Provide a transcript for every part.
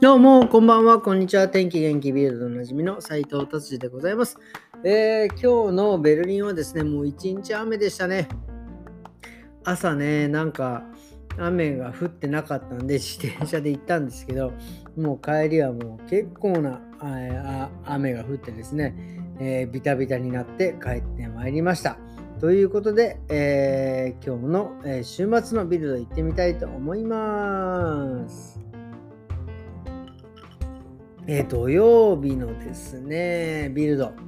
どうも、こんばんは、こんにちは。天気元気ビルドのおなじみの斉藤達治でございます。今日のベルリンはですね、もう一日雨でしたね。朝ね、雨が降ってなかったんで、自転車で行ったんですけど、もう帰りはもう結構な雨が降ってですね、ビタビタになって帰ってまいりました。ということで、今日の、週末のビルド行ってみたいと思います。土曜日のですね、ビルド。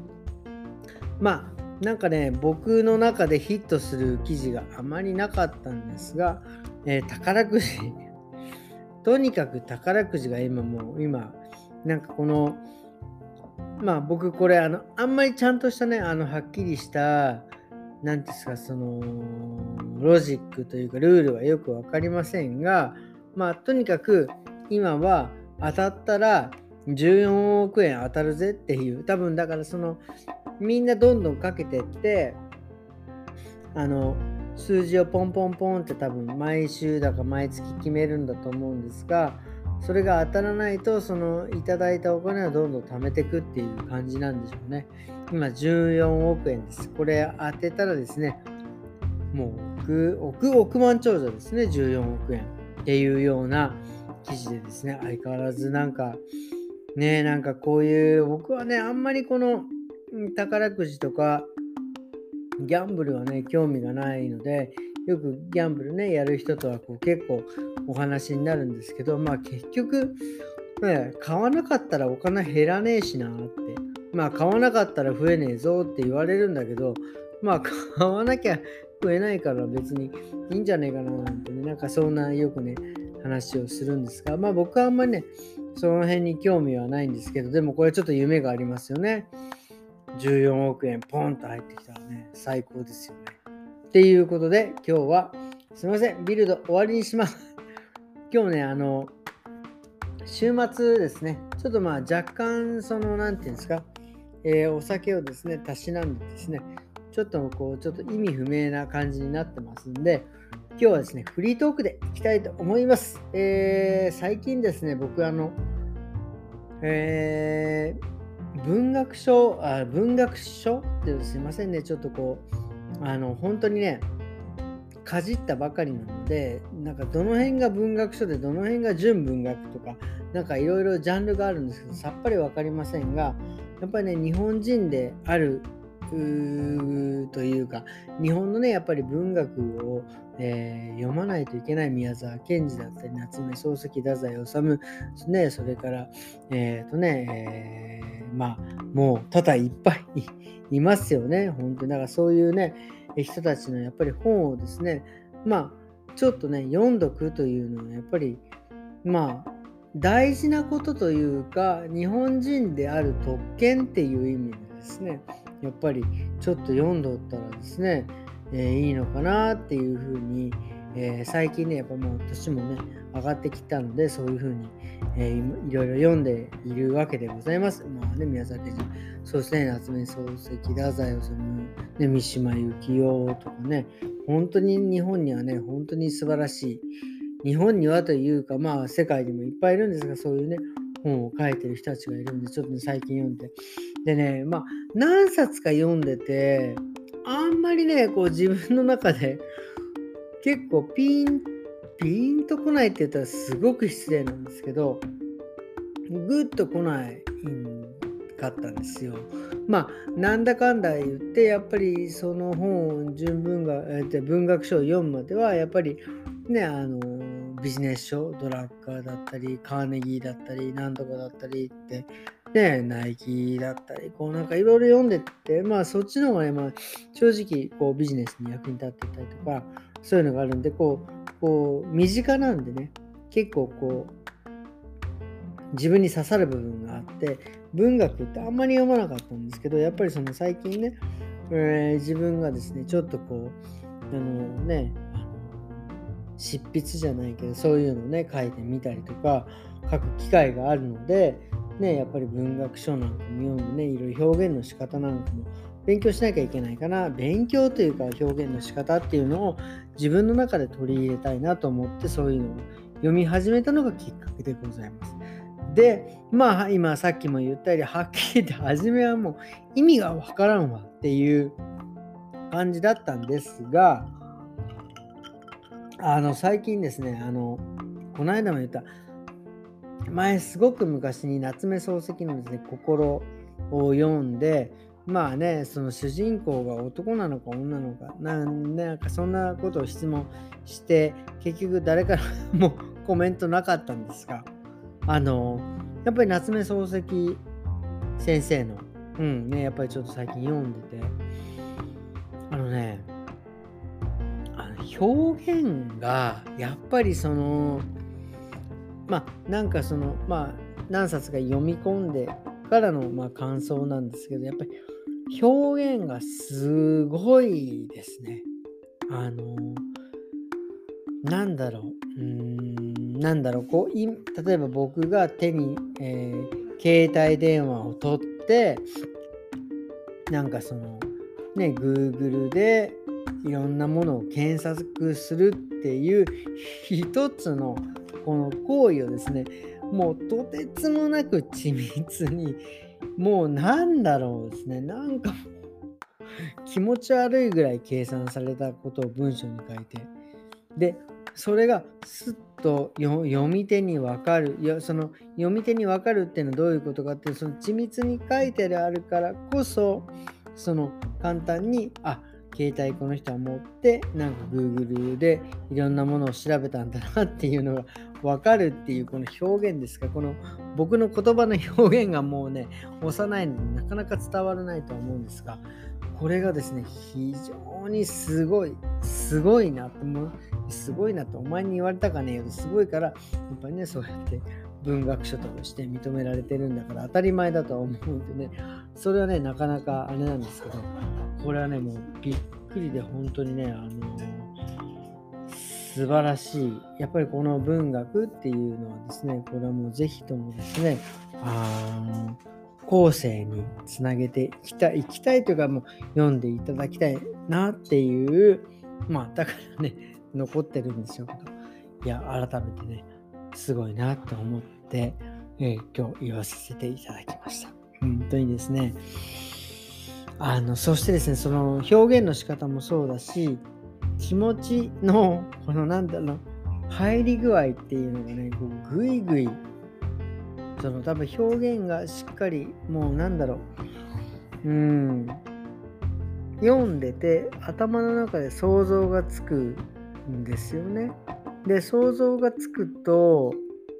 僕の中でヒットする記事があまりなかったんですが、宝くじ。とにかく宝くじが今、僕これ、あんまりちゃんとしたね、はっきりした、なんていうんですか、ロジックというか、ルールはよくわかりませんが、とにかく今は当たったら14億円当たるぜっていう、多分だからみんなどんどんかけてって、数字をポンポンポンって多分毎週だか毎月決めるんだと思うんですが、それが当たらないと、いただいたお金はどんどん貯めていくっていう感じなんでしょうね。今14億円です。これ当てたらですね、もう億万長者ですね、14億円っていうような記事でですね、相変わらずこういう、僕はね、あんまりこの宝くじとかギャンブルはね、興味がないので、よくギャンブルね、やる人とは結構お話になるんですけど、結局、買わなかったらお金減らねえしなって、買わなかったら増えねえぞって言われるんだけど、買わなきゃ増えないから別にいいんじゃねえかななんてね、そんなよくね、話をするんですが、僕はあんまりね、その辺に興味はないんですけど、でもこれちょっと夢がありますよね。14億円ポンと入ってきたらね、最高ですよね。っていうことで、今日はすいません、ビルド終わりにします。今日ね、週末ですね、ちょっと若干なんていうんですか、お酒をですね、たしなんでですね、ちょっと意味不明な感じになってますんで、今日はですね、フリートークでいきたいと思います。最近ですね、僕文学書ってすいませんね、ちょっと本当にね、かじったばかりなので、どの辺が文学書でどの辺が純文学とか、いろいろジャンルがあるんですけど、さっぱりわかりませんが、やっぱりね、日本人であるというか、日本のね、やっぱり文学を、読まないといけない宮沢賢治だったり、夏目漱石、太宰治、ね、それから、もう多々いっぱいいますよね、本当に。だからそういうね、人たちのやっぱり本をですね、ちょっとね、読んどくというのはやっぱり、大事なことというか、日本人である特権っていう意味でですね、やっぱりちょっと読んどったらですね、いいのかなっていうふうに、最近ね、やっぱもう年もね、上がってきたので、そういうふうに、いろいろ読んでいるわけでございます。宮沢賢治、そうですね、夏目漱石、太宰治、三島由紀夫とかね、本当に日本にはね、本当に素晴らしい、日本にはというか、世界にもいっぱいいるんですが、そういうね、本を書いてる人たちがいるんで、ちょっとね、最近読んで。でね、何冊か読んでて、あんまりね、自分の中で結構ピンとこないって言ったらすごく失礼なんですけど、グッとこないかったんですよ。なんだかんだ言って、やっぱりその本を文学書を読むまでは、やっぱりね、ビジネス書、ドラッカーだったり、カーネギーだったり、なんとかだったりって、ね、ナイキだったり、いろいろ読んでって、そっちの方がね、正直、ビジネスに役に立ってたりとか、そういうのがあるんで、身近なんでね、結構自分に刺さる部分があって、文学ってあんまり読まなかったんですけど、やっぱり最近ね、自分がですね、ちょっと執筆じゃないけど、そういうのをね、書いてみたりとか、書く機会があるので、ね、やっぱり文学書なんかも読んでね、いろいろ表現の仕方なんかも勉強しなきゃいけないかな。勉強というか表現の仕方っていうのを自分の中で取り入れたいなと思って、そういうのを読み始めたのがきっかけでございます。 で、まあ今さっきも言ったように、はっきり言って初めはもう意味がわからんわっていう感じだったんですが、最近ですね、この間も言った、前すごく昔に夏目漱石のですね、心を読んで、まあね、その主人公が男なのか女なのか、なんかそんなことを質問して、結局誰からもコメントなかったんですが、やっぱり夏目漱石先生の、やっぱりちょっと最近読んでて、あのね、表現がやっぱりなんか何冊か読み込んでからの感想なんですけど、やっぱり表現がすごいですね。あのなんだろう、例えば僕が手に、携帯電話を取って、なんかGoogle でいろんなものを検索するっていう一つのこの行為をですね、もうとてつもなく緻密に、もうですね、なんか気持ち悪いぐらい計算されたことを文章に書いて、で、それがすっと読み手にわかる。その読み手にわかるっていうのはどういうことかっていう、その緻密に書いてあるからこそ、簡単に、携帯この人は持って、なんか Google でいろんなものを調べたんだなっていうのがわかるっていうこの表現ですか。この僕の言葉の表現がもうね、幼いのでなかなか伝わらないとは思うんですが、これがですね、非常にすごいなって、すごいなってお前に言われたかねえよ、すごいから、やっぱりね、そうやって文学書として認められてるんだから当たり前だとは思うんでね、それはね、なかなかあれなんですけど、これはね、もうびっくりで本当にね、素晴らしい。やっぱりこの文学っていうのはですね、これはもうぜひともですね、後世につなげていきたいというか、もう読んでいただきたいなっていう、だからね、残ってるんでしょうけど、いや、改めてね、すごいなと思って、今日言わせていただきました。本当にですね、そしてですね、その表現の仕方もそうだし、気持ちの、入り具合っていうのがね、こうぐいぐい、多分表現がしっかり、読んでて頭の中で想像がつくんですよね。で、想像がつくと、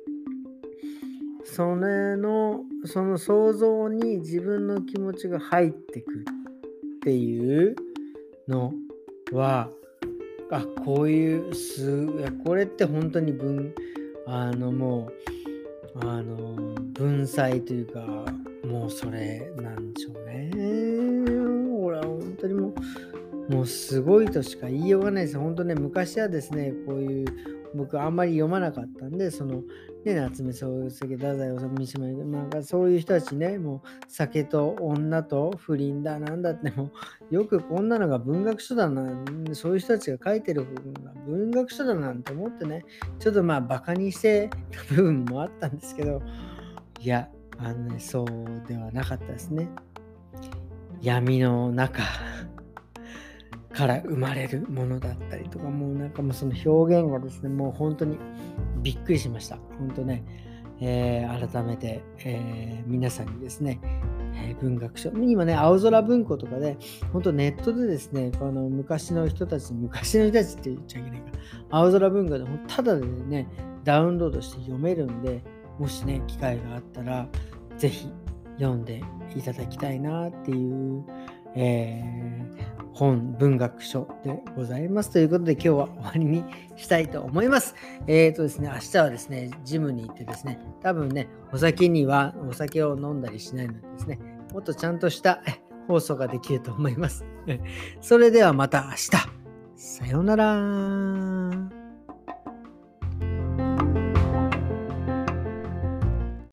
その想像に自分の気持ちが入ってくっていうのは、こういうこれって本当にもう文才というか、もうそれなんでしょうね。俺は本当にもうすごいとしか言いようがないです。本当ね、昔はですね、こういう僕あんまり読まなかったんで、夏目漱石、太宰治、三島由紀夫、なんかそういう人たちね、もう酒と女と不倫だなんだって、もうよくこんなのが文学書だな、そういう人たちが書いてる部分が文学書だなんて思ってね、ちょっとバカにしてた部分もあったんですけど、いや、そうではなかったですね。闇の中から生まれるものだったりとか、もうその表現がですね、もう本当にびっくりしました。本当ね、改めて、皆さんにですね、文学書、今ね、青空文庫とかで、本当ネットでですね、昔の人たちって言っちゃいけないから、青空文庫でただでね、ダウンロードして読めるんで、もしね、機会があったら、ぜひ読んでいただきたいなっていう、文学書でございます。ということで今日は終わりにしたいと思います。ですね、明日はですね、ジムに行ってですね、多分ね、お酒を飲んだりしないのでですね、もっとちゃんとした放送ができると思います。それではまた明日。さようなら。